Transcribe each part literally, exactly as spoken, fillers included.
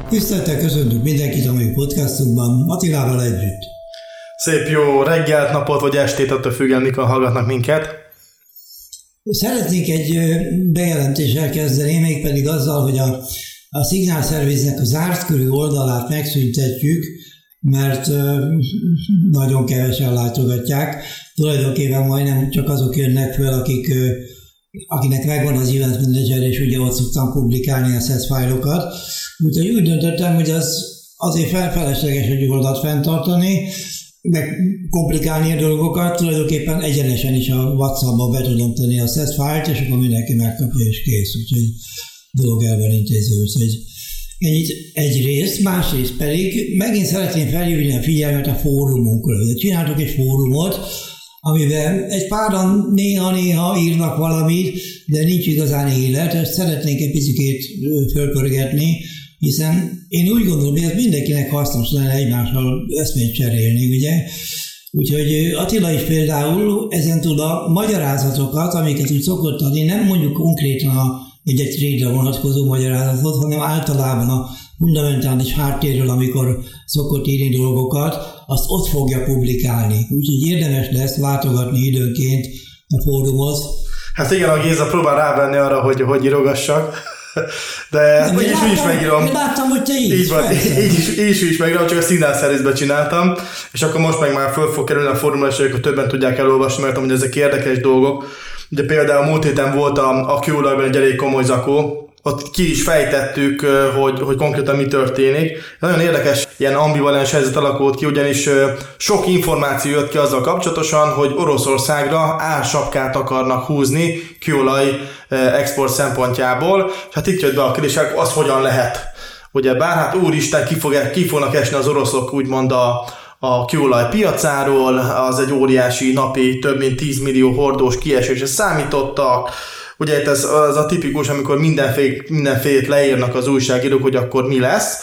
Tisztelettel köszöntünk mindenkit a mai podcastunkban Attilával együtt. Szép jó reggelt, napot vagy estét, attól függően mikor hallgatnak minket. Szeretnék egy bejelentéssel kezdeni, mégpedig azzal, hogy a, a Signal Service-nek a zárt körű oldalát megszüntetjük, mert nagyon kevesen látogatják. Tulajdonképpen majdnem csak azok jönnek föl, akik, akinek megvan az event manager, és ugye ott szoktam publikálni a set fájlokat. Úgyhogy úgy döntöttem, hogy az azért felfelesleges egy oldalt fenntartani, meg komplikálni a dolgokat, tulajdonképpen egyenesen is a WhatsApp-ba be tudom tenni a set fájlt, és akkor mindenki megkapja és kész. Úgyhogy dolog el van intéző. Úgyhogy ennyit egyrészt, másrészt pedig megint szeretném felhívni a figyelmet a fórumunkra. Csináltok egy fórumot, amiben egy páran néha-néha írnak valamit, de nincs igazán élet, ezt szeretnénk egy picit fölpörgetni, hiszen én úgy gondolom, hogy ez mindenkinek hasznos lenne egymással eszmét cserélni, ugye? Úgyhogy Attila is például ezen tud a magyarázatokat, amiket úgy szokott adni, nem mondjuk konkrétan a egy-egy trade-re vonatkozó magyarázatot, hanem általában a fundamentális háttérről, amikor szokott írni dolgokat, azt ott fogja publikálni. Úgyhogy érdemes lesz látogatni időnként a fórumot. Hát igen, a Géza próbál rávenni arra, hogy, hogy írogassak. De úgy is, is megírom. Én láttam, hogy te így. Így van, így is, így is, így is megírom, csak a Signal Service-be csináltam, és akkor most meg már föl fog kerülni a fórumra, és akkor többen tudják elolvasni, mert amúgy ezek érdekes dolgok. Ugye például múlt héten volt a, a kőolajban egy elég komoly zakó, ott ki is fejtettük, hogy, hogy konkrétan mi történik. Nagyon érdekes, ilyen ambivalens helyzet alakult ki, ugyanis sok információ jött ki azzal kapcsolatosan, hogy Oroszországra álsapkát akarnak húzni kőolaj export szempontjából, és hát itt jött be a kérdés, az hogyan lehet. Ugye bár hát úristen, ki, fog, ki fognak esni az oroszok úgymond a, a kőolaj piacáról, az egy óriási napi több mint tíz millió hordós kiesésre számítottak. Ugye ez az a tipikus, amikor mindenféle, mindenfélét leírnak az újságírók, hogy akkor mi lesz,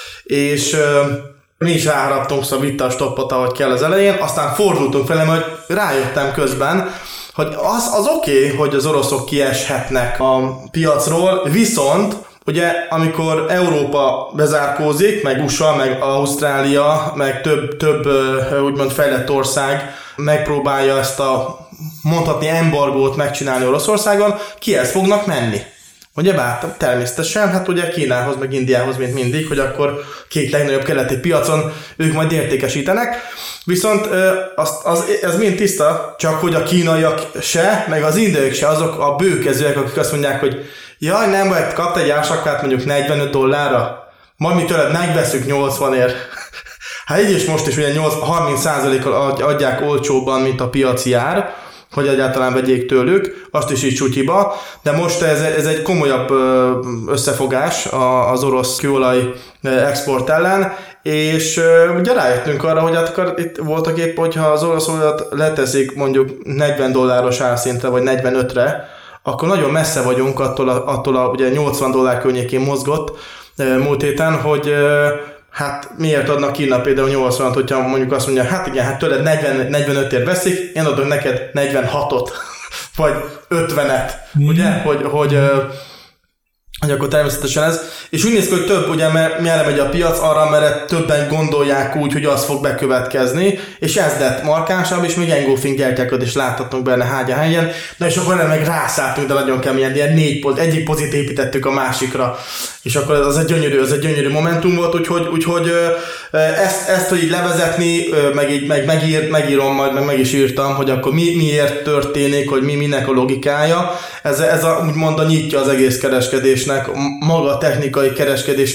és uh, mi is ráharaptunk a vitta a stoppot, ahogy kell az elején, aztán fordultunk felem, hogy rájöttem közben, hogy az, az oké, okay, hogy az oroszok kieshetnek a piacról, viszont ugye amikor Európa bezárkózik, meg u es á, meg Ausztrália, meg több, több úgymond fejlett ország megpróbálja ezt a mondhatni embargót megcsinálni Oroszországon, kihez fognak menni? Ugye bár természetesen, hát ugye Kínához, meg Indiához, mint mindig, hogy akkor két legnagyobb keleti piacon ők majd értékesítenek. Viszont az, az, ez mind tiszta, csak hogy a kínaiak se, meg az indiaiak se azok a bőkezőek, akik azt mondják, hogy jaj, nem vagy, kapta egy ásakát mondjuk negyvenöt dollárra, majd mi tőled megveszünk nyolcvanért. Hát így is most is ugye harminc százalékkal adják olcsóbban, mint a piaci ár, hogy egyáltalán vegyék tőlük, azt is így csútyiba, de most ez, ez egy komolyabb összefogás az orosz kőolaj export ellen, és ugye rájöttünk arra, hogy hát akkor itt voltak épp, hogyha az orosz olajat leteszik mondjuk negyven dolláros árszintre, vagy negyvenötre, akkor nagyon messze vagyunk attól a, attól a ugye nyolcvan dollár környékén mozgott múlt héten, hogy hát miért adnak Kína például nyolcvanat, hogyha mondjuk azt mondja, hát igen, hát tőled negyven, negyvenötért veszik, én adok neked negyvenhatot, vagy ötvenet, mm. ugye, hogy, hogy, hogy akkor természetesen ez. És úgy néz ki, hogy több, ugye, mert merre megy a piac, arra, mert többen gondolják úgy, hogy az fog bekövetkezni, és ez lett markánsabb, és még engulfing gyertyákat is láthatunk benne hágya-hányan, de és akkor erre meg rászálltunk, de nagyon keményen, ilyen négy poz, egyik pozit építettük a másikra, és akkor az egy gyönyörű, az egy gyönyörű momentum volt, úgyhogy, úgyhogy ezt, ezt, hogy így levezetni, meg, így, meg megír, megírom, majd meg, meg is írtam, hogy akkor mi, miért történik, hogy mi, minek a logikája, ez, ez a, úgymond a nyitja az egész kereskedésnek, maga a technikai kereskedés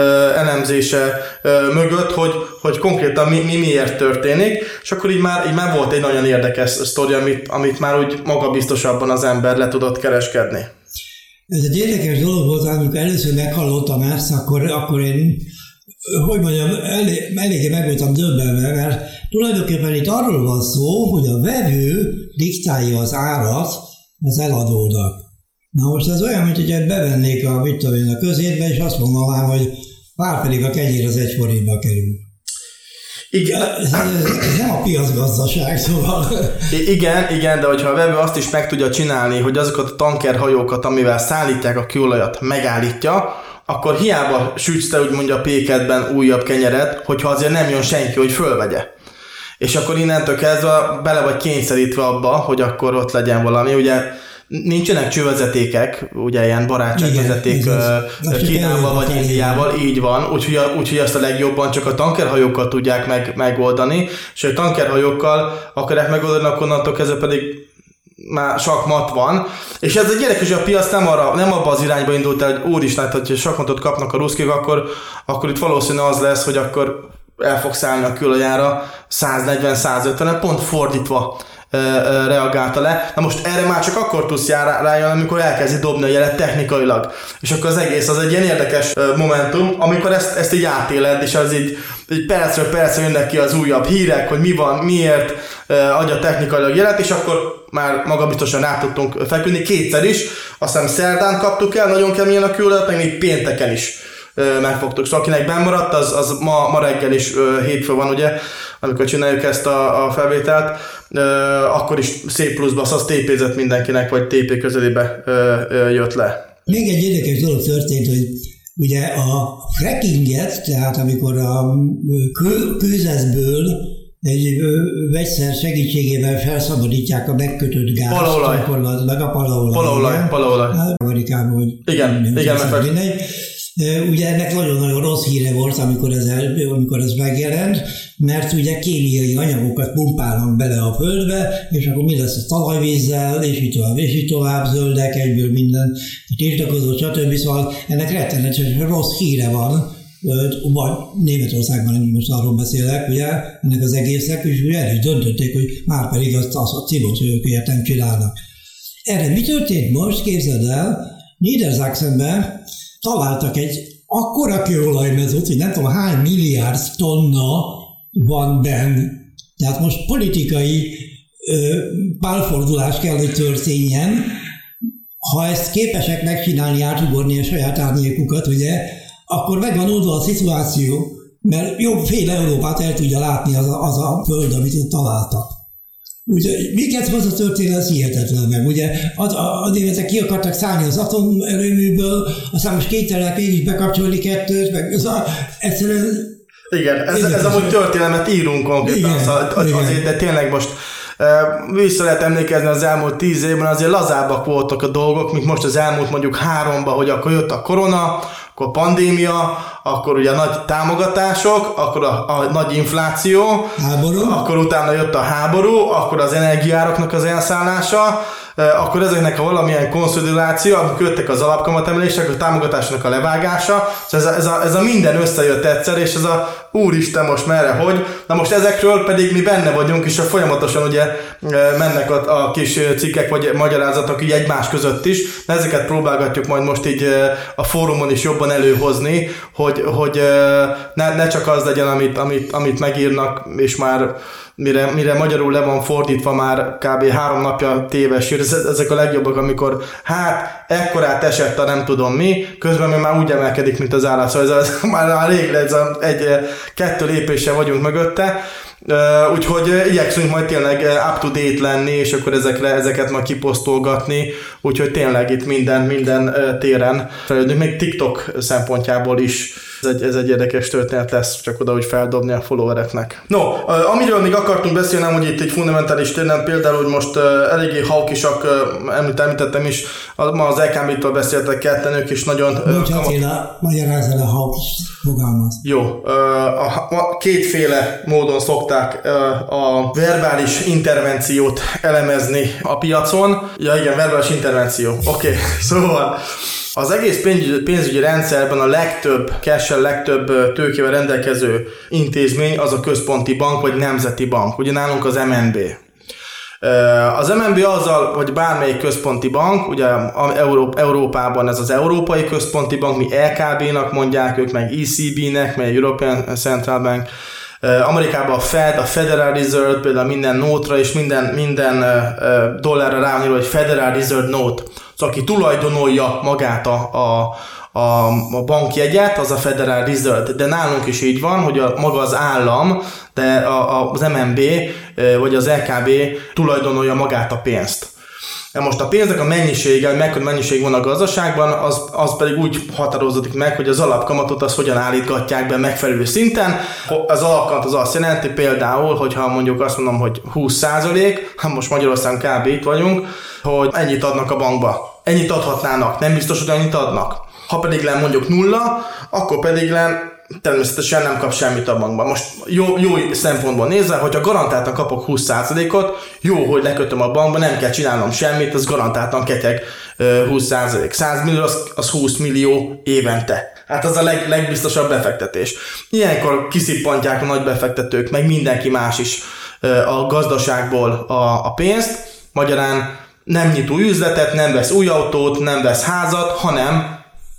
elemzése mögött, hogy, hogy konkrétan mi, mi miért történik, és akkor így már, így már volt egy nagyon érdekes sztori, amit, amit már úgy magabiztosabban az ember le tudott kereskedni. Ez egy érdekes dolog volt, amikor először meghallottam ezt, akkor, akkor én, hogy mondjam, elég, eléggé meg voltam döbbenve, mert tulajdonképpen itt arról van szó, hogy a vevő diktálja az árat az eladónak. Na most ez olyan, mint hogy bevennék a, mit tudom én, a közérbe, és azt mondanám, hogy pár pedig a kenyér az egy forintba kerül. Igen. Ez, ez nem a piacgazdaság, szóval. Igen, igen, de hogyha a vevő azt is meg tudja csinálni, hogy azokat a tankerhajókat, amivel szállítják a kőolajat, megállítja, akkor hiába sütsz te, úgy mondja a pékedben újabb kenyeret, hogyha azért nem jön senki, hogy fölvegye. És akkor innentől kezdve bele vagy kényszerítve abba, hogy akkor ott legyen valami. Ugye nincsenek csővezetékek, ugye ilyen barátságvezeték Kínával vagy Indiával, így van, úgyhogy, úgyhogy azt a legjobban csak a tankerhajókkal tudják meg, megoldani, és a tankerhajókkal akarják megoldani, akkor onnantól kezdve pedig már sakmat van, és ez egy érdekes, hogy a piac nem, arra, nem abba az irányba indult el, hogy úristen, hogyha sakmatot kapnak a ruszkik, akkor, akkor itt valószínűleg az lesz, hogy akkor el fog szállni a kőolajára száznegyven-százötven, pont fordítva ö, ö, reagálta le. Na most erre már csak akkor tudsz rájönni, amikor elkezdi dobni a jelet technikailag. És akkor az egész az egy ilyen érdekes ö, momentum, amikor ezt, ezt így átéled, és az így, így percről percre jönnek ki az újabb hírek, hogy mi van, miért ö, adja technikailag jelet, és akkor már magabiztosan rá tudtunk feküdni kétszer is. Aztán szerdán kaptuk el, nagyon keményen a kőolajat, meg még pénteken is megfogtuk. Szóval akinek bennmaradt, az, az ma, ma reggel is hétfő van, ugye, amikor csináljuk ezt a, a felvételt, akkor is szép pluszba, az tépézett mindenkinek, vagy té pé közelébe jött le. Még egy érdekes dolog történt, hogy ugye a frackinget, tehát amikor a kő, kőzetből egy vegyszer segítségével felszabadítják a megkötött gázt, palaolaj. Gyakorlatilag a palaolaj. Palaolaj, palaolaj. Amerikában, hogy igen, nem, igen, igen ugye ennek nagyon-nagyon rossz híre volt, amikor ez, el, amikor ez megjelent, mert ugye kémiai anyagokat pumpálnak bele a földbe, és akkor mi lesz a talajvízzel, és így tovább, és így tovább, zöldek, egyből minden, tiltakozó, stb. Szóval ennek rettenetesen rossz híre van, vagy Németországban, most arról beszélek, ugye, ennek az egésznek, és ugye el is döntötték, hogy már pedig azt, azt a cibócsolókölyet nem csinálnak. Erre mi történt most? Képzeld el, Niedersachsenben találtak egy akkora kőolajmezőt, hogy nem tudom hány milliárd tonna van benn. Tehát most politikai ö, pálfordulás kell, hogy történjen. Ha ezt képesek megcsinálni, átugorni a saját árnyékukat, ugye, akkor megvan oldva a szituáció, mert jobb fél Európát el tudja látni az a, az a föld, amit ott találtak. Úgyhogy miket hoz a történet, az hihetetlen meg. Ugye a, a, a németek ki akartak szállni az atomerőműből, aztán most kételek mégis bekapcsolni kettőt, meg az a, egyszerűen... Igen, ez, ez amúgy történelmet írunk konkrétan, azért, de tényleg most vissza lehet emlékezni az elmúlt tíz évben, azért lazábbak voltak a dolgok, mint most az elmúlt mondjuk háromban, hogy akkor jött a korona, akkor pandémia, akkor ugye nagy támogatások, akkor a, a nagy infláció, háború. Akkor utána jött a háború, akkor az energiáraknak az elszállása, akkor ezeknek a valamilyen konszolidáció, amikor jöttek az alapkamatemelések, a támogatásnak a levágása, ez a, ez, a, ez a minden összejött egyszer, és ez a úristen most merre, hogy, na most ezekről pedig mi benne vagyunk, és a folyamatosan ugye mennek a, a kis cikkek, vagy magyarázatok így egymás között is, de ezeket próbálgatjuk majd most így a fórumon is jobban előhozni, hogy, hogy ne, ne csak az legyen, amit, amit, amit megírnak, és már Mire, mire magyarul le van fordítva már kb. három napja téves ír, ezek a legjobbak, amikor hát ekkorát esett a nem tudom mi, közben még már úgy emelkedik, mint az állat, szóval ez, ez már, már rég ez a, egy kettő lépéssel vagyunk mögötte, Uh, úgyhogy igyekszünk majd tényleg up-to-date lenni, és akkor ezekre, ezeket majd kiposztolgatni, úgyhogy tényleg itt minden, minden uh, téren fejlődünk, még TikTok szempontjából is ez egy, ez egy érdekes történet lesz, csak oda úgy feldobni a followereknek. No, uh, amiről még akartunk beszélni, hogy itt egy fundamentális történet, például, hogy most uh, eléggé hawkisak, uh, említ, említettem is, ma az é ká bé-től beszéltek ketten, ők is nagyon... Nincs Attila, magyarázz el a hawkis fogalmat. Jó, uh, a, a kétféle módon szokták uh, a verbális intervenciót elemezni a piacon. Ja igen, verbális intervenció. Oké, okay. Szóval az egész pénzügyi, pénzügyi rendszerben a legtöbb cash-el, legtöbb tőkével rendelkező intézmény az a központi bank vagy nemzeti bank. Ugye nálunk az em en bé. Az em en bé azzal, hogy bármelyik központi bank, ugye Európában ez az Európai Központi Bank, mi é ká bé-nak mondják, ők meg é cé bé-nek, meg European Central Bank, Amerikában a Fed, a Federal Reserve, például minden nótra és minden, minden dollárra ráírva, hogy Federal Reserve Note. aki tulajdonolja magát a, a, a, a bankjegyet, az a Federal Reserve. De nálunk is így van, hogy a, maga az állam, de a, az em en bé vagy az el ká bé tulajdonolja magát a pénzt. Most a pénznek a mennyisége, mekkora mennyiség van a gazdaságban, az, az pedig úgy határozódik meg, hogy az alapkamatot az hogyan állítgatják be megfelelő szinten. Az alapkamat az azt jelenti például, hogyha mondjuk azt mondom, hogy húsz százalék, most Magyarországon kb. Itt vagyunk, hogy ennyit adnak a bankba. Ennyit adhatnának, nem biztos, hogy ennyit adnak. Ha pedig len mondjuk nulla, akkor pedig len természetesen nem kap semmit a bankban. Most jó, jó szempontból nézve, hogyha garantáltan kapok húsz százalékot, jó, hogy lekötöm a bankba, nem kell csinálnom semmit, az garantáltan ketyeg húsz százalék. száz millió az, az húsz millió évente. Hát az a leg, legbiztosabb befektetés. Ilyenkor kiszippantják a nagy befektetők, meg mindenki más is a gazdaságból a, a pénzt. Magyarán nem nyit új üzletet, nem vesz új autót, nem vesz házat, hanem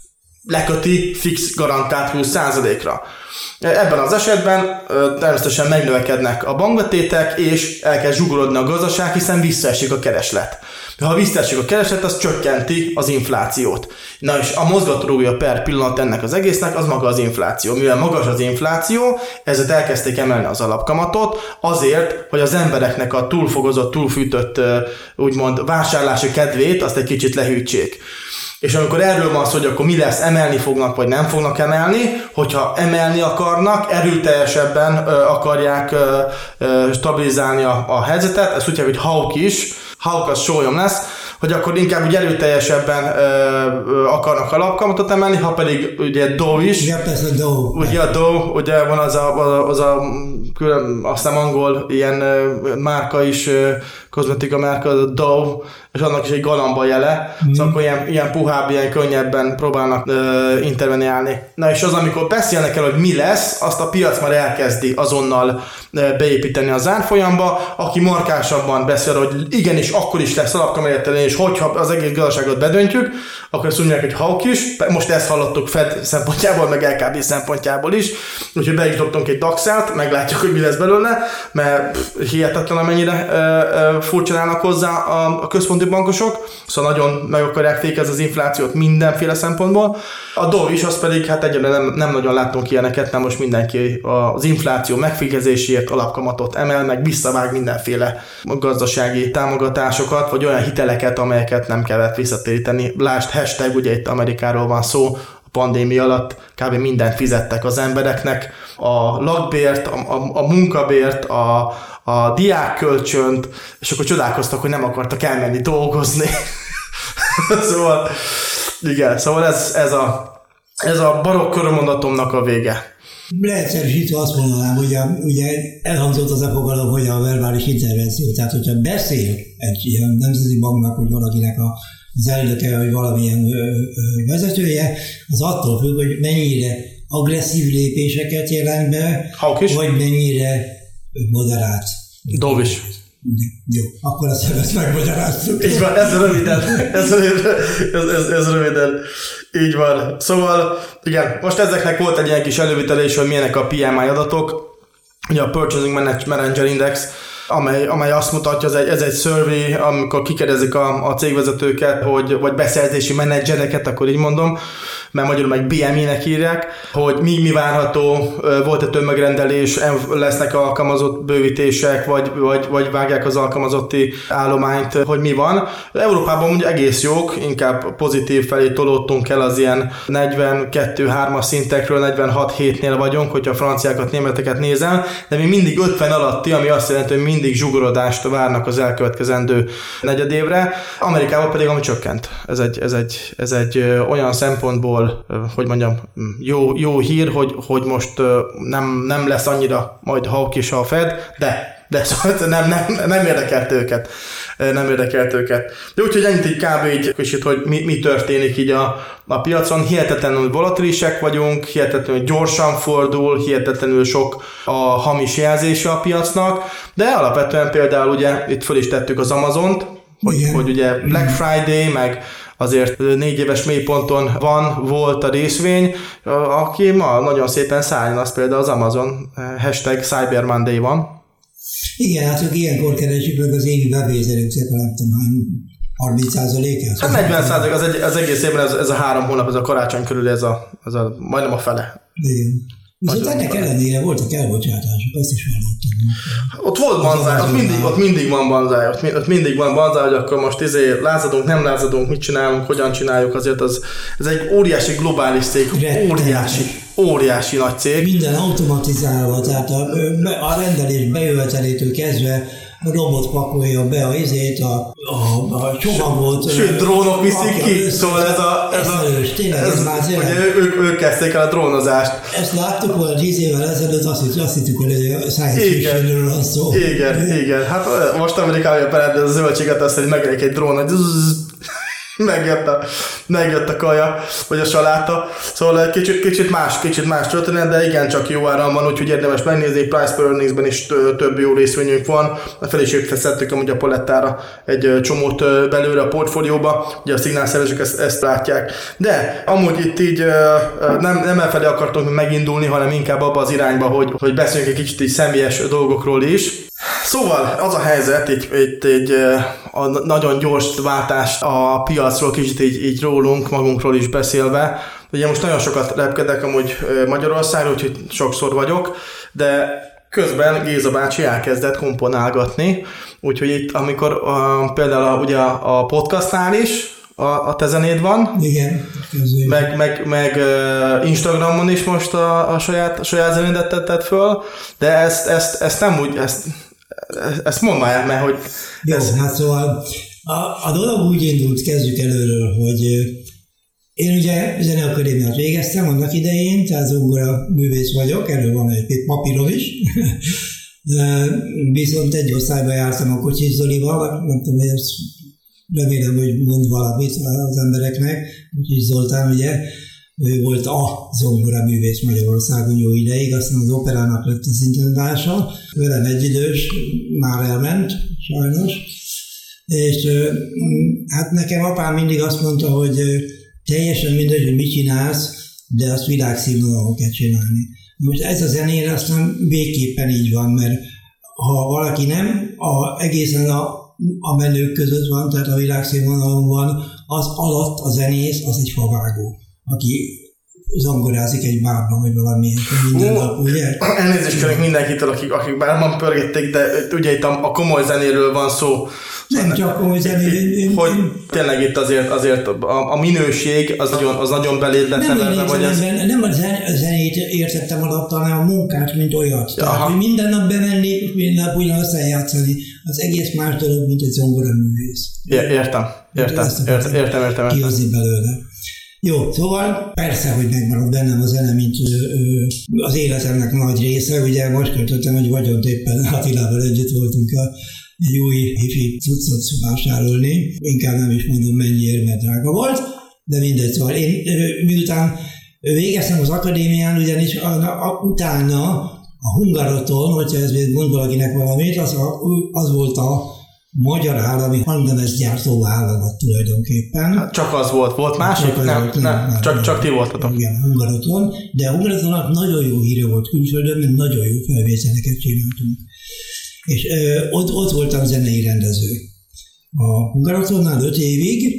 leköti fix garantált húsz százalékra. Ebben az esetben természetesen megnövekednek a bankbetétek, és elkezd zsugorodni a gazdaság, hiszen visszaesik a kereslet. Ha visszaesik a kereslet, az csökkenti az inflációt. Na és a mozgatórugója per pillanat ennek az egésznek az maga az infláció. Mivel magas az infláció, ezért elkezdték emelni az alapkamatot, azért, hogy az embereknek a túlfogozott, túlfűtött úgymond vásárlási kedvét azt egy kicsit lehűtsék. És amikor erről van szó, hogy akkor mi lesz, emelni fognak, vagy nem fognak emelni, hogyha emelni akarnak, erőteljesebben ö, akarják ö, ö, stabilizálni a, a helyzetet, ezt úgy hívják, hogy hawkish, hawk az sólyom lesz, hogy akkor inkább úgy erőteljesebben ö, ö, akarnak alapkamatot emelni, ha pedig ugye dovish. Igen, persze a dow. Ugye a dow, ugye van az a, az a külön, aztán angol ilyen ö, márka is, ö, kozmetika márka, az a Dow, és annak is egy galamba jele, mm. szóval akkor ilyen, ilyen puhább, ilyen könnyebben próbálnak ö, interveniálni. Na és az, amikor beszélnek el, hogy mi lesz, azt a piac már elkezdi azonnal ö, beépíteni az árfolyamba, aki markásabban beszél, hogy igenis, akkor is lesz alapkameretelén, és hogyha az egész gazdaságot bedöntjük, akkor azt mondják, hogy hawkish, most ezt hallottuk Fed szempontjából, meg el ká bé szempontjából is, úgyhogy beiktattunk egy daxelt, meglátjuk, hogy mi lesz belőle, mert pff, hihetetlen, amennyire ö, ö, furcsán állnak hozzá a, a központi bankosok, szóval nagyon meg akarják fékezni az inflációt mindenféle szempontból. A Dow is, az pedig hát egyébként nem, nem nagyon láttunk ilyeneket, nem most mindenki az infláció megfékezéséért alapkamatot emel, meg visszavág mindenféle gazdasági támogatásokat, vagy olyan hiteleket, amelyeket nem kellett visszatéríteni. Lásd, hashtag, ugye itt Amerikáról van szó, a pandémia alatt kb. Mindent fizettek az embereknek, a lakbért, a, a, a munkabért, a, a diákkölcsönt, és akkor csodálkoztak, hogy nem akartak elmenni dolgozni. Szóval, igen, szóval ez, ez, a, ez a barokk körmondatomnak a vége. Leegyszerűsítve azt mondanám, hogy a, ugye elhangzott az a fogalom, hogy a verbális intervenció, tehát hogyha beszél egy ilyen nemzeti banknak, hogy valakinek a, az elnöke, vagy valamilyen ö, ö, vezetője, az attól függ, hogy mennyire agresszív lépéseket jelent be, Hawkish. Vagy mennyire moderált. Dovish. Jó, akkor azt ezt megmagyaráztuk. Így van, ez röviden, ez, ez, ez, ez röviden, így van. Szóval, igen, most ezeknek volt egy ilyen kis elővitelés, hogy milyenek a pé em i adatok, ugye a Purchasing Manager Index, amely, amely azt mutatja, ez egy, ez egy survey, amikor kikérdezik a, a cégvezetőket, hogy, vagy beszerzési menedzsereket, akkor így mondom, mert magyarul meg bé em i-nek írják, hogy mi, mi várható, volt-e tömegrendelés, lesznek alkalmazott bővítések, vagy, vagy, vagy vágják az alkalmazotti állományt, hogy mi van. Európában mondjuk egész jók, inkább pozitív felé tolódtunk el az ilyen negyvenkettő hármas szintekről, negyvenhat hétnél vagyunk, hogyha a franciákat, németeket nézem, de mi mindig ötven alatti, ami azt jelenti, hogy mindig zsugorodást várnak az elkövetkezendő negyedévre. Amerikában pedig ami csökkent. Ez egy, ez egy, ez egy olyan szempontból, hogy mondjam, jó, jó hír, hogy, hogy most nem, nem lesz annyira majd hawkish a Fed, de, de szóval nem, nem, nem érdekelt őket. Nem érdekelt őket. De úgyhogy ennyit így kb. Így, és hogy mi, mi történik így a, a piacon. Hihetetlenül volatilisek vagyunk, hihetetlenül gyorsan fordul, hihetetlenül sok a hamis jelzése a piacnak, de alapvetően például ugye itt föl is tettük az Amazont, hogy, hogy ugye Black Friday, meg azért négy éves mélyponton van, volt a részvény, aki ma nagyon szépen szálljon, az például az Amazon, hashtag Cyber Monday van. Igen, hát ők ilyenkor keresik meg az évi bevételőket, nem tudom hány, harminc százalék? Hát negyven százalék az, egy, az egész évben ez, ez a három hónap, ez a karácsony körül, ez a, ez a majdnem a fele. Igen. Viszont ennek ellenére voltak elbocsátások, azt is hallottam. Ott volt banzáj, ott mindig, ott mindig van banzáj, ott, ott mindig van banzáj, hogy akkor most izé lázadunk, nem lázadunk, mit csinálunk, hogyan csináljuk, azért az, ez egy óriási globális cég, óriási, óriási nagy cég. Minden automatizálva, tehát a, a rendelés bejövetelétől kezdve a robot pakolja be a izét, a, a, a csomagot. Sőt, drónok viszik ki, össze, szóval ez a... Ez a elős, tényleg ez, ez már ugye ők, ők kezdték el a drónozást. Ezt láttuk volna tíz évvel ezelőtt, azt hittük, azt hittük hogy a science fictionről van szó. Igen, igen. Hát most Amerikában például a zöldséget azt, hogy megjelenik egy drón, hogy megjött a, megjött a kaja, vagy a saláta. Szóval egy kicsit, kicsit más, kicsit más történet, de igen, csak jó áram van, úgyhogy érdemes megnézni. Price per Earningsben is több jó részvényünk van. A fel is szedtük amúgy a palettára egy csomót belőle a portfólióba, ugye a szignálszerzők ezt, ezt látják. De amúgy itt így nem, nem elfelé akartunk megindulni, hanem inkább abba az irányba, hogy, hogy beszéljünk egy kicsit így személyes dolgokról is. Szóval az a helyzet, itt, itt egy a nagyon gyors váltást a piacról, kicsit így, így rólunk, magunkról is beszélve. Ugye most nagyon sokat repkedek amúgy Magyarországon, úgyhogy sokszor vagyok, de közben Géza bácsi elkezdett komponálgatni, úgyhogy itt amikor uh, például a, ugye a podcastnál is a, a te zenéd van, igen, meg, meg, meg uh, Instagramon is most a, a saját, a saját zenédet tetted föl, de ezt, ezt, ezt nem úgy, ezt Ezt mondd már, mert hogy... Jó, ez... hát szóval a, a dolog úgy indult, kezdjük előről, hogy én ugye zeneakadémiát végeztem annak idején, tehát zongora művész vagyok, erről van egy papírom is, viszont egy osztályban jártam a Kocsis Zolival, nem tudom, hogy ezt remélem, hogy mond valamit az embereknek, Kocsis Zoltán ugye, ő volt a zongora művész Magyarországon jó ideig, aztán az operának lett az intendása, velem egyidős, már elment, sajnos, és hát nekem apám mindig azt mondta, hogy teljesen mindegy, hogy mit csinálsz, de azt világszínvonalon kell csinálni. Most ez a zenére aztán végképpen így van, mert ha valaki nem a, egészen a, a menők között van, tehát a világszínvonalon van, az alatt a zenész az egy favágó, aki zongorázik egy bárban, vagy valamilyen minden nap, ugye? Elnézést kérek mindenkitől, akik, akik bárban pörgették, de ugye itt a, a komoly zenéről van szó. Nem csak komoly zenéről. Hogy tényleg itt azért, azért a, a minőség az nagyon, az nagyon beléd lett nevelve, vagy ez... Nem a zenét értettem alatt, hanem a munkát, mint olyat. Tehát, hogy minden nap bemenni, minden nap ugyanazt eljátszani, az egész más dolog, mint egy zongoraművész. Értem, értem, értem, értem, értem. Kihozni belőle. Jó, szóval persze, hogy megmarad bennem a zene, mint ö, ö, az életemnek nagy része. Ugye most költöttem egy vagyont, éppen Attilával együtt voltunk a, egy új hifi cuccot vásárolni. Inkább nem is mondom mennyiért, mert drága volt, de mindegy. Szóval én ö, miután végeztem az akadémián, ugyanis a, a, utána a Hungaroton, hogyha ez még mond valakinek valamit, az, a, az volt a magyar állami hanglemezgyártó vállalat tulajdonképpen. Hát csak az volt, volt másik? Csak nem, volt, nem, nem, nem, csak, nem, csak ti voltatok. Igen, Hungaroton, de a Hungarotonnak nagyon jó híre volt külföldön, mert nagyon jó felvételeket csináltunk. És ö, ott, ott voltam zenei rendező. A Hungarotonnál öt évig,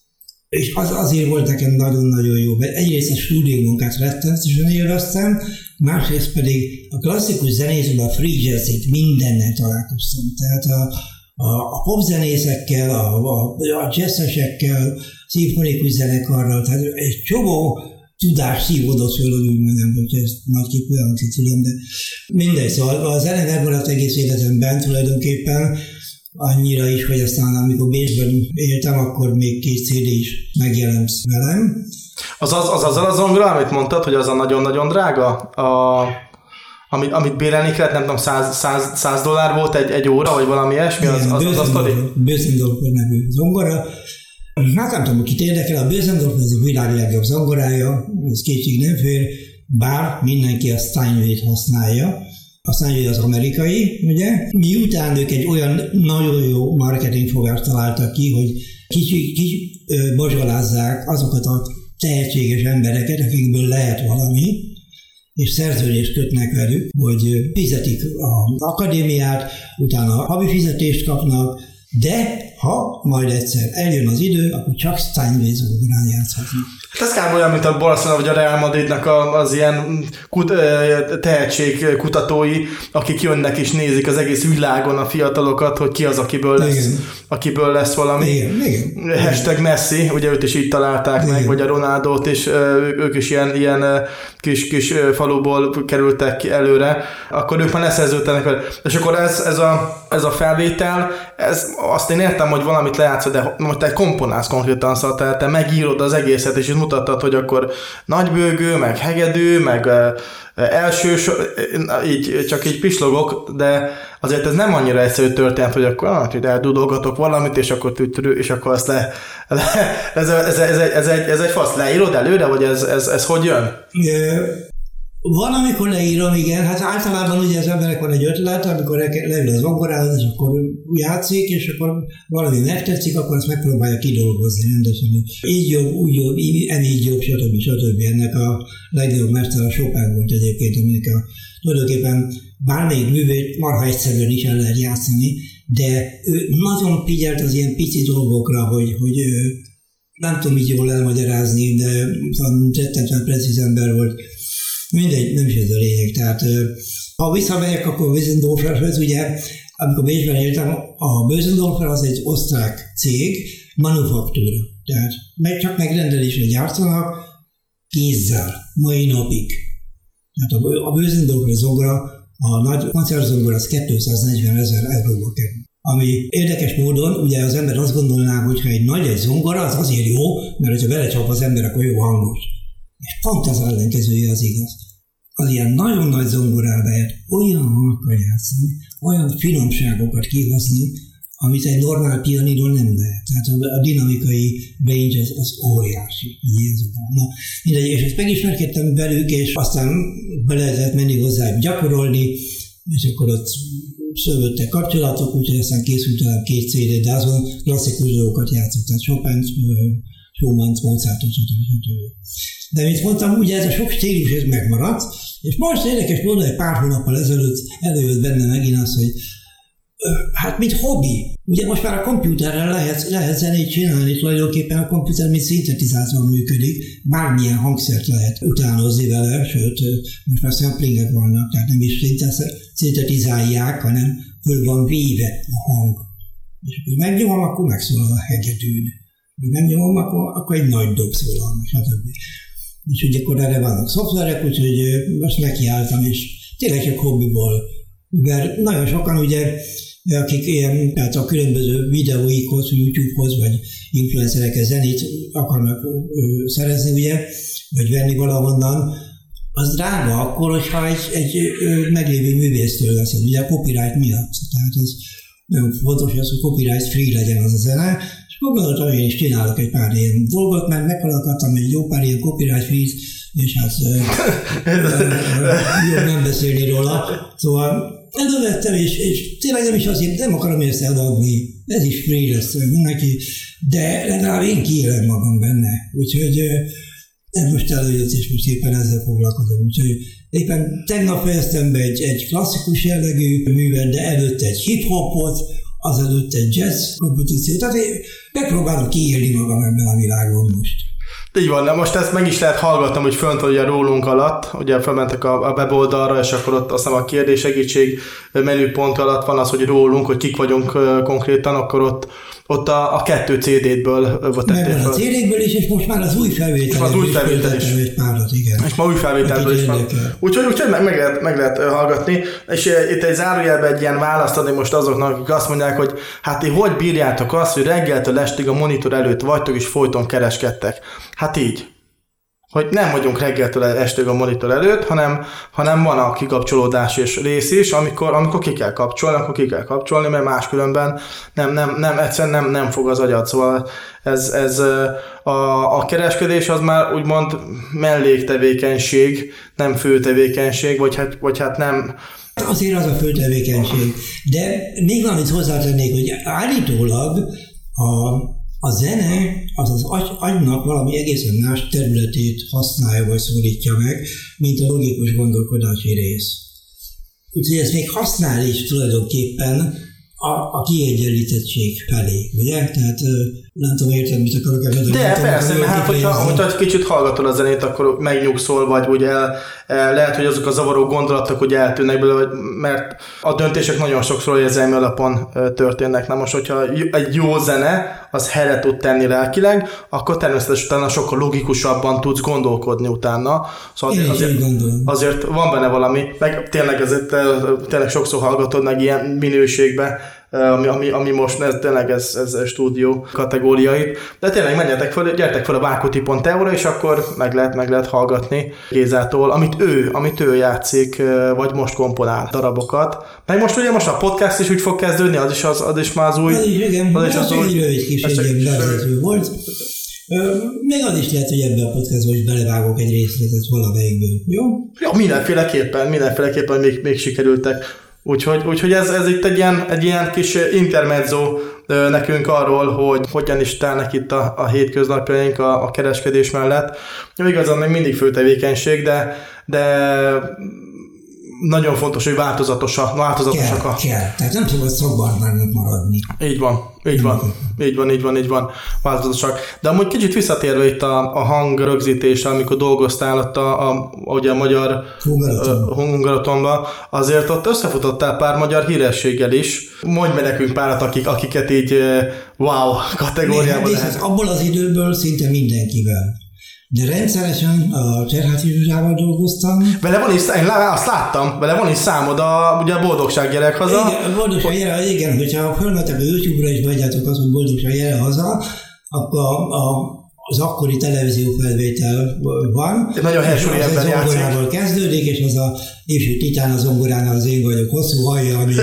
és az azért volt nekem nagyon-nagyon jó, mert egyrészt a stúdiómunkát rettenetesen élveztem, másrészt pedig a klasszikus zenészben a free jazzit mindennel találkoztam. Tehát a a popzenészekkel, a, a, a jazzesekkel, szimfonikus zenekarral, tehát egy csomó tudás szívódott föl, hogy úgy mondom, hogy ezt nagyképűen hangzik tudom, de mindegy, szóval a zene megmaradt egész életemben tulajdonképpen, annyira is, hogy aztán amikor Bécsben éltem, akkor még két cé dé is megjelent velem. Az az, az azzal a zongora, amit mondtad, hogy az a nagyon-nagyon drága? A... Amit, amit bérelni kellett, nem tudom, száz dollár volt egy, egy óra, vagy valami ilyesmi, az, az, az a sztori? Bösendorfer nevű zongora. Hát nem tudom, kit érdekel, a Bösendorfer az a világ legjobb zongorája, ez kétség nem fér, bár mindenki a Steinway-t használja. A Steinway az amerikai, ugye? Miután ők egy olyan nagyon jó marketingfogást találtak ki, hogy kicsit kicsi, bozsolázzák azokat a tehetséges embereket, akikből lehet valami, és szerződést kötnek velük, hogy fizetik az akadémiát, utána havi fizetést kapnak, de ha majd egyszer eljön az idő, akkor csak Steinway zongorán játszhatnak. Ez kb. Olyan, mint a Barcelona vagy a Real Madridnak az ilyen kut, tehetségkutatói, akik jönnek és nézik az egész világon a fiatalokat, hogy ki az, akiből lesz, akiből lesz valami. Igen, igen. Hashtag Messi, ugye őt is így találták igen. meg, vagy a Ronaldót, és ők is ilyen, ilyen kis, kis faluból kerültek ki előre, akkor ők már leszerződtenek vele. És akkor ez, ez, a, ez a felvétel, ez, azt én értem, hogy valamit lejátszod, de most te komponálsz konkrétan, szóval te, te megírod az egészet, és mutattad, hogy akkor nagybőgő, meg hegedű, meg elsős, így, csak így pislogok, de azért ez nem annyira egyszerű történet, hogy akkor ah, hogy eldudolgatok valamit, és akkor, és akkor azt le, le ez, ez, ez, ez, ez, egy, ez egy fasz, leírod előre, vagy ez, ez, ez hogy jön? Van, amikor leírom, igen, hát általában ugye az emberek van egy ötlet, amikor leül az zongorához, és akkor játszik, és akkor valami megtetszik, akkor azt megpróbálja kidolgozni rendesen. Így jobb, úgy jobb, így, így jobb, stb. stb. Ennek a legjobb mestere a Chopin volt egyébként, aminek a tulajdonképpen bármelyik művét marha egyszerűen is el lehet játszani, de ő nagyon figyelt az ilyen pici dolgokra, hogy, hogy nem tudom így jól elmagyarázni, de rettentően precíz ember volt. Mindegy, nem is ez a lényeg. Tehát ha visszamegyek, akkor Bösendorferhez, ugye, amikor Bécsben éltem, a Bösendorfer az egy osztrák cég, manufaktúra. Tehát meg csak megrendelésre gyártanak kézzel, mai napig. Tehát a Bösendorfer zongora, a nagy koncertzongora az kétszáznegyvenezer euróba kerül. Ami érdekes módon, ugye az ember azt gondolná, hogy ha egy nagy egy zongora, az azért jó, mert ha belecsap az ember, akkor jó hangos. És pont az ellenkezője az igaz. Az ilyen nagyon nagy zongorán lehet olyan hangokkal játszani, olyan finomságokat kihozni, amit egy normál pianinról nem lehet. Tehát a dinamikai range az, az óriási. Na, mindegy, és ezt megismerkedtem velük, és aztán be lehetett menni hozzá gyakorolni, és akkor ott szövődtek kapcsolatok, úgyhogy aztán készült a két cé dé, de azon klasszikus dolgokat játszott, tehát Chopin, Schumann, Mozartot, stb. De mint mondtam, ugye ez a sok stílus ez megmaradt, és most érdekes módon egy pár hónappal ezelőtt előjött benne megint az, hogy hát mint hobbi. Ugye most már a kompjúterrel lehet, lehet zenét csinálni, tulajdonképpen a kompjúter mint szintetizátor működik, bármilyen hangszert lehet utánozni vele, sőt, most már samplingek vannak, tehát nem is szintetizálják, hanem föl van véve a hang. És akkor megnyomom, akkor megszólal a hegedűn. Megnyomom, akkor, akkor egy nagy dob szólal, stb. És ugye akkor erre vannak szoftverek, úgyhogy most nekiálltam, és tényleg csak hobbiból. Mert nagyon sokan ugye, akik ilyen, tehát a különböző videóikhoz, YouTube-hoz, vagy influencerekhez zenét akarnak ö, szerezni, ugye, vagy venni valahonnan, az drága akkor, hogyha egy, egy ö, meglévő művésztől veszed, ugye a copyright miatt. Tehát ez nagyon fontos, hogy copyright free legyen az a zene, és akkor gondoltam, hogy én is csinálok egy pár ilyen dolgot, mert meghallgattam egy jó pár ilyen copyright free, és hát jobb nem beszélni róla. Szóval elővettem, és, és tényleg nem is azért, nem akarom ezt eladni, ez is free lesz mindenki, de legalább én kiélem magam benne. Úgyhogy ez most előjött, és most éppen ezzel foglalkozom. Úgyhogy éppen tegnap fejeztem be egy, egy klasszikus jellegű művet, de előtte egy hip-hopot, azelőtt egy jazz kompozíciót. Tehát én megpróbálok kiélni magam ebben a világon most. Így van, de most ezt meg is lehet hallgatnom, hogy fönt vagy a rólunk alatt, ugye felmentek a, a weboldalra, és akkor ott azt hiszem a kérdés segítség menüpont alatt van az, hogy rólunk, hogy kik vagyunk uh, konkrétan, akkor ott, ott a, a kettő cé dé-ből tették. Megvan a cé dé-ből is, és most már az új felvétel. Az új felvétel is. Egy párat, igen. És ma új felvételből is van. Úgyhogy úgy, meg, meg, lehet, meg lehet hallgatni, és uh, itt egy zárójelben egy ilyen választ adni most azoknak, akik azt mondják, hogy hát ti hogy bírjátok azt, hogy reggeltől estig a monitor előtt vagytok, és folyton kereskedtek. Hát így. Hogy nem vagyunk reggeltől estig a monitor előtt, hanem, hanem van a kikapcsolódás és rész is, amikor, amikor ki kell kapcsolni, akkor ki kell kapcsolni, mert máskülönben nem, nem, nem, egyszerűen nem, nem fog az agyad. Szóval ez, ez a, a kereskedés az már úgymond melléktevékenység, nem főtevékenység, vagy hát, vagy hát nem... Azért az a főtevékenység. De még valamit hozzátennék, hogy állítólag a A zene az az agy, agynak valami egészen más területét használja vagy szólítja meg, mint a logikus gondolkodási rész. Úgyhogy ezt még használ is tulajdonképpen a, a kiegyenlítettség felé, ugye? Tehát nem tudom, érted, mit akarok ebben. De persze, mert hát, hogyha, hogyha kicsit hallgatod a zenét, akkor megnyugszol, vagy úgy el, el, lehet, hogy azok a zavaró gondolatok úgy eltűnnek belőle, mert a döntések nagyon sokszor érzelmi alapon történnek. Na most, hogyha egy jó zene, az helyre tud tenni lelkileg, akkor természetesen utána sokkal logikusabban tudsz gondolkodni utána. Szóval Én azért, azért van benne valami, meg tényleg, ezért, tényleg sokszor hallgatod meg ilyen minőségben, ami, ami, ami most ez, tényleg ez, ez stúdió kategóriait. De tényleg menjetek fel, gyertek fel a vákuti pont e u-ra, és akkor meg lehet, meg lehet hallgatni Gézától, amit ő, amit ő játszik, vagy most komponál darabokat. Meg most ugye most a podcast is úgy fog kezdődni, az is, az, az is már az új. Az is, igen, az, az, az egy rövid kis egy bevezető volt. Még az is lehet, hogy ebben a podcastban is belevágok egy részletet valamelyikből, jó? Ja, mindenféleképpen, mindenféleképpen még, még sikerültek. Úgyhogy, úgyhogy ez, ez itt egy ilyen, egy ilyen kis intermezzo nekünk arról, hogy hogyan is telnek itt a, a hétköznapjaink a, a kereskedés mellett. Jó, igazán még mindig főtevékenység, de, de nagyon fontos, hogy változatosak, változatosak kell, a... kell. Tehát nem szabad szabadnak maradni. Így van, így van, így van, így van, így van, változatosak. De amúgy kicsit visszatérve itt a, a hang rögzítésre, amikor dolgoztál ott a, a, ugye a magyar Hungarotonban, azért ott összefutottál pár magyar hírességgel is. Mondj meg nekünk párat, akik, akiket így wow kategóriában lehet. Abból az időből szinte mindenkivel. De rendszeresen a Cserháti Zsuzsával dolgoztam. Vele van is, én azt láttam, vele van is számod a, ugye a Boldogság gyerek haza. Igen, Boldogság gyerek, igen, hogyha fölmetek a YouTube-ra és vagyjátok azt, hogy Boldogság gyerek haza, akkor a, a, az akkori televíziófelvétel van. Egy nagyon helyes ember játszik. Az zongorával kezdődik, és az a ifjú titán a zongoránál az én vagyok, hosszú hajja, amit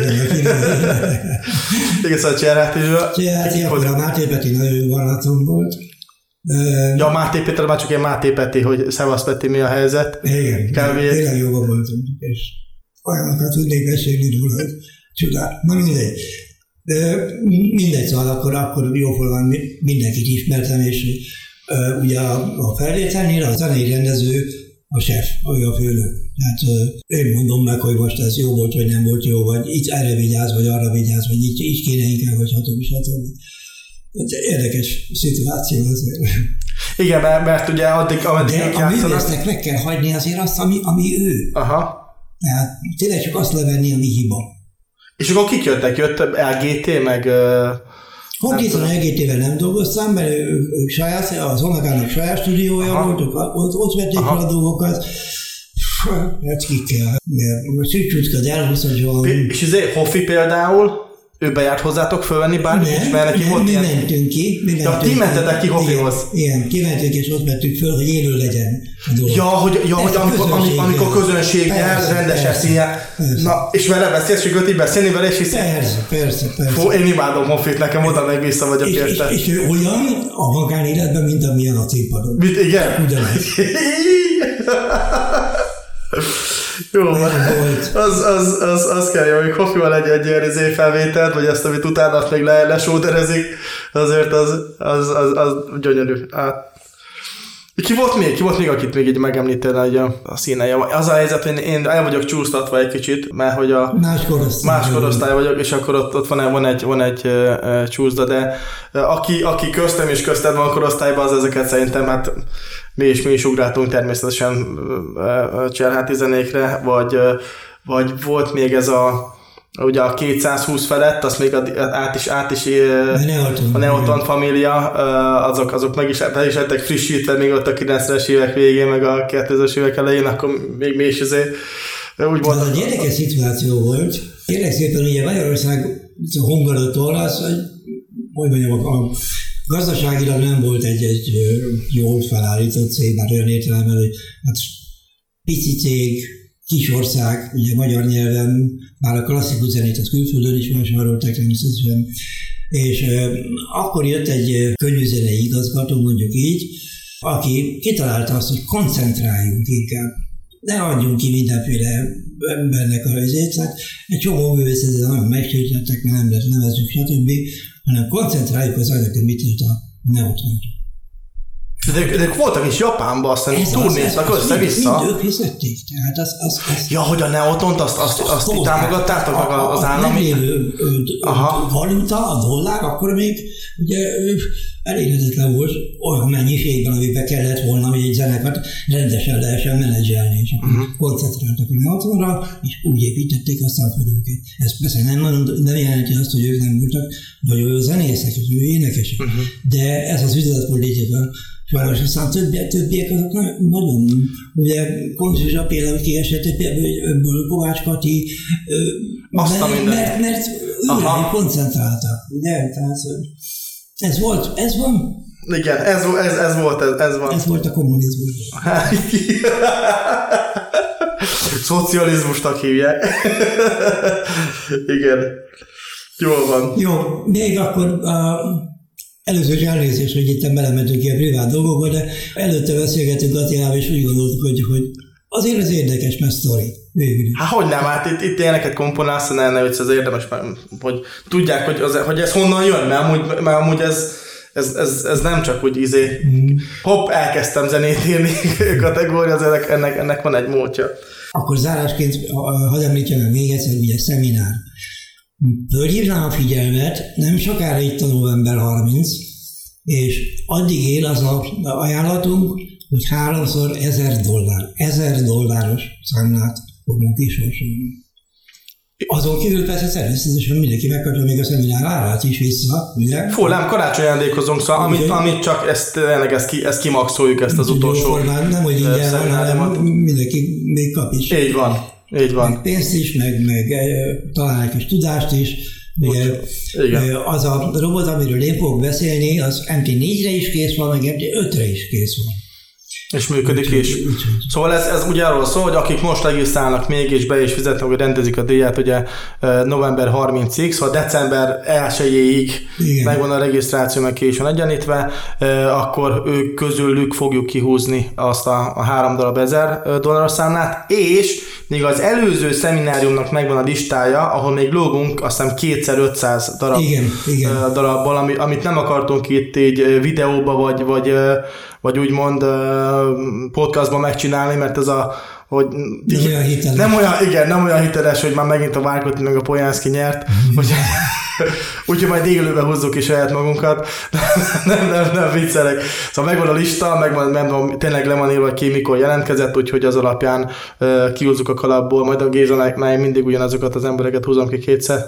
igen, szóval Cserháti Zsuzsa. Cserháti, akkor a Máté Peti nagyon barátom volt. Ja, a Máté Péter már csak ilyen Máté Peti, hogy szevasz Peti, mi a helyzet. Igen, tényleg jóban voltunk, és olyanokat tudnék mesélni róla, hogy csodál. Na mindegy. De mindegy, szóval akkor, akkor jóformán mindenkit ismertem, és uh, ugye a, a felvételnél a zenei rendező a chef, a főnök. Tehát uh, én mondom meg, hogy most ez jó volt, vagy nem volt jó, vagy itt erre vigyázz, vagy arra vigyázz, vagy így, így kéne inkább, vagy stb. stb. Érdekes szituáció azért. Igen, mert, mert ugye addig, ameddig de a művésznek meg kell hagyni azért azt, ami, ami ő. Aha. Tehát tényleg csak azt levenni, ami hiba. És akkor kik jöttek? Jött el gé té, meg... Konkrétan el gé té-vel nem dolgoztam, mert ők, ők saját, az Omegának saját stúdiója volt, ott, ott vették fel a dolgokat. Hát ki kell. Szűcsütköd elhúzhat valami. És ezért Hoffi például, ő bejárt hozzátok fölvenni bármit, és mert neki volt mi ilyen... mentünk ki. Mi ja, ti mentetek ki Hoffihoz. Igen, igen, kimentünk és ott vettük föl, hogy élő legyen a dolog. Ja, hogy, ja, hogy amikor, amikor közönséggel rendesen ilyen... Na, és vele beszélsz, és így beszélni vele, és hiszen... Persze, persze, persze. Fó, én imádom Hoffit, nekem oda meg vissza vagyok és, érte. És, és ő olyan a magánéletben, mint amilyen a színpadon. Mit, igen? Ugyanez. Jó, az, az, az, az kell, hogy Hoffival egy, egy ilyen felvételt, vagy ezt, amit utána azt még le, lesóderezik, azért az, az, az, az gyönyörű. Hát. Ki volt még? Ki volt még, akit még így megemlítene, hogy a, a színeje? Az a helyzet, hogy én el vagyok csúsztatva egy kicsit, mert hogy a más korosztály, más korosztály vagyok, és akkor ott, ott van, van egy, van egy uh, csúszda, de uh, aki, aki köztem és közted van korosztályban, az ezeket szerintem hát mi is, mi is ugráltunk természetesen uh, uh, Cserháti zenékre, vagy, uh, vagy volt még ez a ugye a kétszázhúsz felett, azt még át is, át is Neoton, a Neoton família, azok, azok meg is, is lettek frissítve még ott a kilencvenes évek végén, meg a kétezres évek elején, akkor még mi is azért úgy mondom. Ez egy érdekes szituáció volt. Kérlek szépen, ugye Magyarország a Hungaroton az, hogy mondjam, a gazdaságilag nem volt egy, egy jól felállított cég, már olyan értelemben, hogy hát pici cég, kis ország, ugye magyar nyelven, már a klasszikus zenét az külföldön is vásárolták természetesen, és e, akkor jött egy könnyűzenei igazgató, mondjuk így, aki kitalálta azt, hogy koncentráljunk inkább, ne adjunk ki mindenféle embernek a helyzét, egy csomó művészetet nagyon megsértettek, mert nem lehet nevezzük, stb., hanem koncentráljuk az anyag, hogy mit írt a Neoton. De, de voltak is Japánban, aztán turnéztak össze-vissza. Mind ők fizették. Tehát az, az, az, ja, hogy a Neotont, azt, azt, azt, azt támogattátok meg az állami? A meglévő valuta, a dollár, akkor még ugye elérhetetlen volt olyan mennyiségben, amiben kellett volna, hogy egy zenekart rendesen lehessen menedzselni, és akkor uh-huh. koncentráltak a Neotonra, és úgy építették aztán fel őket. Ez persze nem, nem jelenti azt, hogy ők nem voltak nagyon jó zenészek, és jó énekesek, uh-huh. de ez az üzletpolitika. Sajnos aztán többiek, többiek azok nagyon, ugye Konzsuzsa például kiesett ebből Kovács Kati, mert, mert, mert őre koncentráltak, ugye? Tehát ez volt, ez van. Igen, ez, ez, ez volt, ez, ez van. Ez volt a kommunizmus. Szocializmusnak hívják. Igen. Jól van. Jó, még akkor a először is elnézést, hogy itt belementünk ki a privát dolgokba, de előtte beszélgettünk Attilával, és úgy gondoltuk, hogy, hogy azért az érdekes, mert sztori. Végül. Hát hogy nem, hát itt, itt ilyeneket komponálsz, ne, ne, hogy ez érdemes, hogy tudják, hogy, az, hogy ez honnan jön, mert amúgy, mert amúgy ez, ez, ez, ez nem csak úgy izé, mm. hopp, elkezdtem zenét írni kategória, az ennek, ennek, ennek van egy módja. Akkor zárásként, hadd említsem meg még egyszer, ugye szeminár. Fölhívnám a figyelmet, nem sokára itt a november harmincadika, és addig él az a ajánlatunk, hogy háromszor ezer dollár, ezer dolláros számlát fogunk kisorsolni. Azon kívül persze természetesen mindenki megkapja még a szeminár árát is vissza, ugye? Fú, nem, karácsony ajándékozunk, szóval amit, amit csak ezt, tényleg ezt, ki, ezt kimaxoljuk, ezt az utolsó formán, nem, hogy ingyen, hanem mindenki még kap is. Így van, így van. Meg pénzt is, meg, meg talán egy kis tudást is. Ugye, az a robot, amiről én fogok beszélni, az em té négyre is kész van, meg em té ötre is kész van. És működik is. Szóval ez, ez ugye arról szól, hogy akik most regisztrálnak még, és be is fizetnek, hogy rendezik a díjat, ugye november harmincadikáig, szóval december elsejéig megvan a regisztráció, meg ki is van egyenlítve, akkor ők közülük fogjuk kihúzni azt a, a három darab ezer dolláros számlát, és még az előző szemináriumnak megvan a listája, ahol még lógunk, azt hiszem kétszer ötszáz darab, igen, igen. darabból, ami, amit nem akartunk itt így videóba, vagy, vagy vagy úgymond podcastban megcsinálni, mert ez a, hogy nem olyan hiteles. Nem olyan, igen, nem olyan hiteles, hogy már megint a Várkonyi meg a Polyánszky nyert, úgyhogy úgy, majd élőben hozzuk is saját magunkat. nem, nem, nem viccelek. Szóval megvan a lista, megvan, megvan tényleg le van írva, hogy ki mikor jelentkezett, úgyhogy az alapján uh, kihúzzuk a kalapból, majd a Gézanál mindig ugyanazokat az embereket húzom ki kétszer.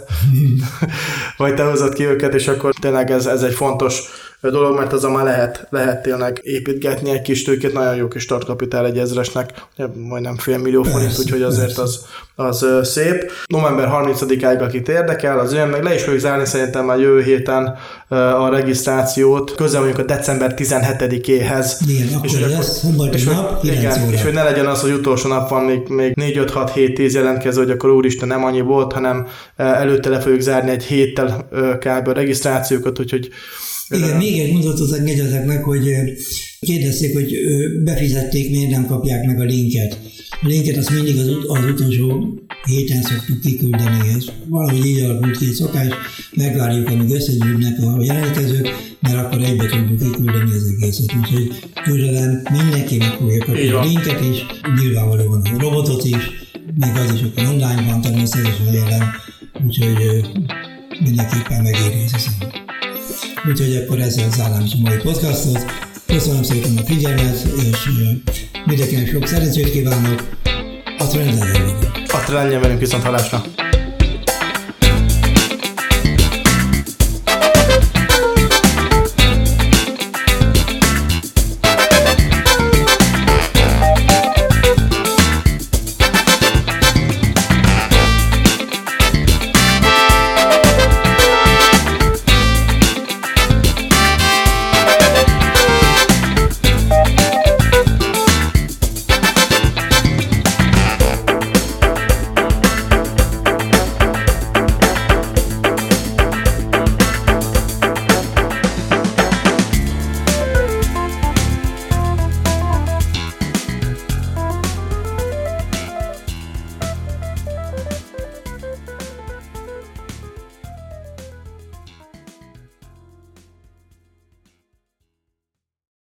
Vagy te hozod ki őket, és akkor tényleg ez, ez egy fontos dolog, mert az már lehet, lehet tényleg építgetni egy kis tőkét, nagyon jó kis startkapitál egy ezresnek, majdnem fél millió forint, úgyhogy azért az, az szép. november harmincadikáig, akit érdekel, az jön, meg le is fogjuk zárni szerintem már jövő héten a regisztrációt, közel mondjuk a december tizenhetedikéhez. Igen, és akkor lesz szombat nap, igen, és hogy ne legyen az, hogy utolsó nap van még, még négy, öt, hat, hét, tíz jelentkező, hogy akkor úristen nem annyi volt, hanem előtte le fogjuk zárni egy héttel kb. A regisztrációkat, úgyhogy igen, még egy mondatot engedjetek meg, hogy kérdezték, hogy befizették, miért nem kapják meg a linket. A linket azt mindig az, ut- az utolsó héten szoktuk kiküldeni. Ez valahogy így alakult ki egy szokás, megvárjuk, amíg összegyűlnek a jelentkezők, mert akkor egybe tudjuk kiküldeni az egészet. Úgyhogy türelem, mindenki meg fogja kapni a linket is, nyilvánvalóan a robotot is, még az is, akkor online van természetesen jelen, úgyhogy mindenképpen megéri, hiszem. Úgyhogy akkor ezzel zárnám is a mai podcastot. Köszönöm szépen a figyelmet, és mindenkinek sok szerencsét kívánok. A trend legyen velünk. A trend legyen velünk, viszont hallásra.